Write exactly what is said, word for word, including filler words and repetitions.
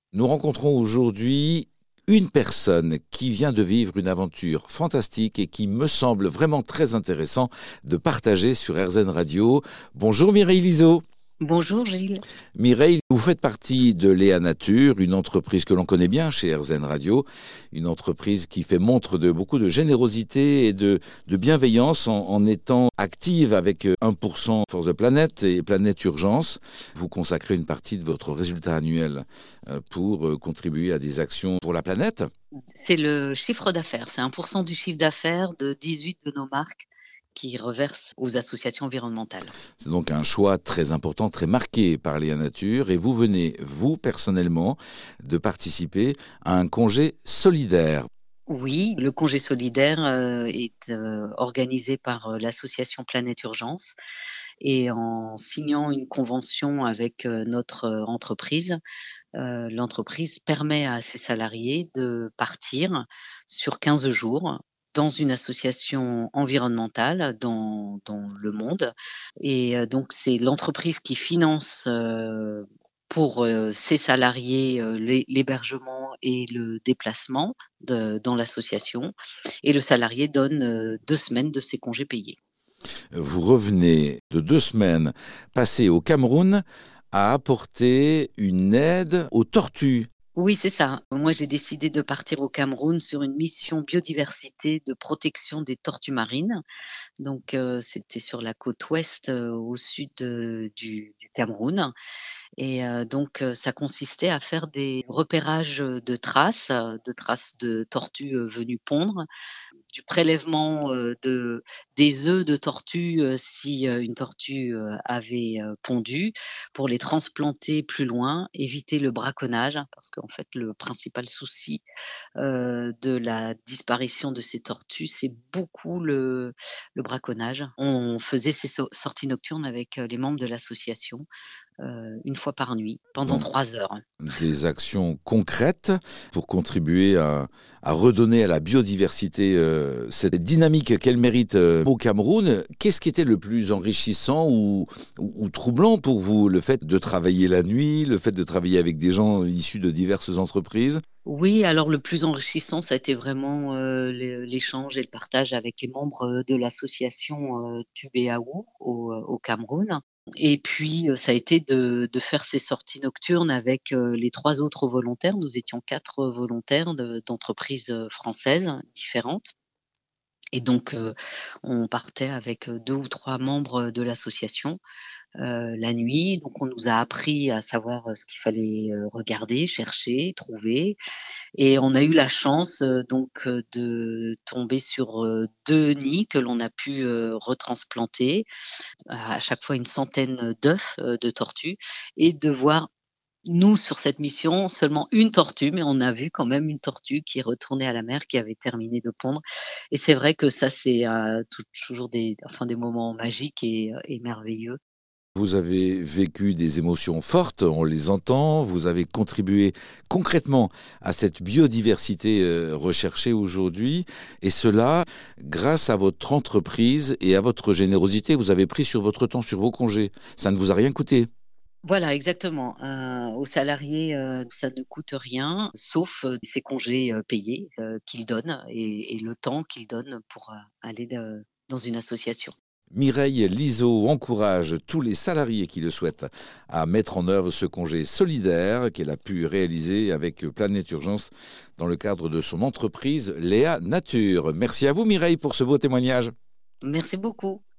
Nous rencontrons aujourd'hui une personne qui vient de vivre une aventure fantastique et qui me semble vraiment très intéressant de partager sur R Z N Radio. Bonjour Mireille Liseau. Bonjour Gilles. Mireille, vous faites partie de Léa Nature, une entreprise que l'on connaît bien chez R Z N Radio, une entreprise qui fait montre de beaucoup de générosité et de, de bienveillance en, en étant active avec un pour cent Force the Planet et Planète Urgence. Vous consacrez une partie de votre résultat annuel pour contribuer à des actions pour la planète. C'est le chiffre d'affaires, c'est un pour cent du chiffre d'affaires de dix-huit de nos marques qui reversent aux associations environnementales. C'est donc un choix très important, très marqué par Léa Nature. Et vous venez, vous, personnellement, de participer à un congé solidaire. Oui, le congé solidaire euh, est euh, organisé par euh, l'association Planète Urgence. Et en signant une convention avec euh, notre euh, entreprise, euh, l'entreprise permet à ses salariés de partir sur quinze jours dans une association environnementale dans, dans le monde. Et euh, donc, c'est l'entreprise qui finance euh, pour euh, ses salariés euh, l'hébergement et le déplacement de, dans l'association. Et le salarié donne euh, deux semaines de ses congés payés. Vous revenez de deux semaines passées au Cameroun à apporter une aide aux tortues. Oui, c'est ça. Moi, j'ai décidé de partir au Cameroun sur une mission biodiversité de protection des tortues marines. Donc, euh, c'était sur la côte ouest, euh, au sud euh, du, du Cameroun. Et euh, donc, euh, ça consistait à faire des repérages de traces, euh, de traces de tortues euh, venues pondre, du prélèvement euh, de, des œufs de tortue euh, si euh, une tortue euh, avait euh, pondu, pour les transplanter plus loin, éviter le braconnage, parce qu'en fait, le principal souci euh, de la disparition de ces tortues, c'est beaucoup le, le braconnage. On faisait ces so- sorties nocturnes avec euh, les membres de l'association euh, une fois par nuit, pendant Donc, trois heures. des actions concrètes pour contribuer à, à redonner à la biodiversité euh, cette dynamique qu'elle mérite euh, au Cameroun. Qu'est-ce qui était le plus enrichissant ou, ou, ou troublant pour vous? Le fait de travailler la nuit, le fait de travailler avec des gens issus de diverses entreprises? Oui, alors le plus enrichissant, ça a été vraiment euh, l'é- l'échange et le partage avec les membres euh, de l'association euh, Tubéaou au, au Cameroun. Et puis, euh, ça a été de, de faire ces sorties nocturnes avec euh, les trois autres volontaires. Nous étions quatre volontaires de- d'entreprises euh, françaises différentes. Et donc, euh, on partait avec euh, deux ou trois membres de l'association euh, la nuit. Donc, on nous a appris à savoir euh, ce qu'il fallait euh, regarder, chercher, trouver. Et on a eu la chance euh, donc euh, de tomber sur euh, deux nids que l'on a pu euh, retransplanter, à chaque fois une centaine d'œufs euh, de tortues, et de voir, nous, sur cette mission, seulement une tortue, mais on a vu quand même une tortue qui est retournée à la mer, qui avait terminé de pondre. Et c'est vrai que ça, c'est euh, tout- toujours des, enfin, des moments magiques et, et merveilleux. Vous avez vécu des émotions fortes, on les entend, vous avez contribué concrètement à cette biodiversité euh, recherchée aujourd'hui, et cela grâce à votre entreprise et à votre générosité. Vous avez pris sur votre temps, sur vos congés. Ça ne vous a rien coûté. Voilà, exactement. Euh, aux salariés, euh, ça ne coûte rien, sauf euh, ces congés euh, payés euh, qu'ils donnent et, et le temps qu'ils donnent pour euh, aller de- dans une association. Mireille Liseau encourage tous les salariés qui le souhaitent à mettre en œuvre ce congé solidaire qu'elle a pu réaliser avec Planète Urgence dans le cadre de son entreprise Léa Nature. Merci à vous Mireille pour ce beau témoignage. Merci beaucoup.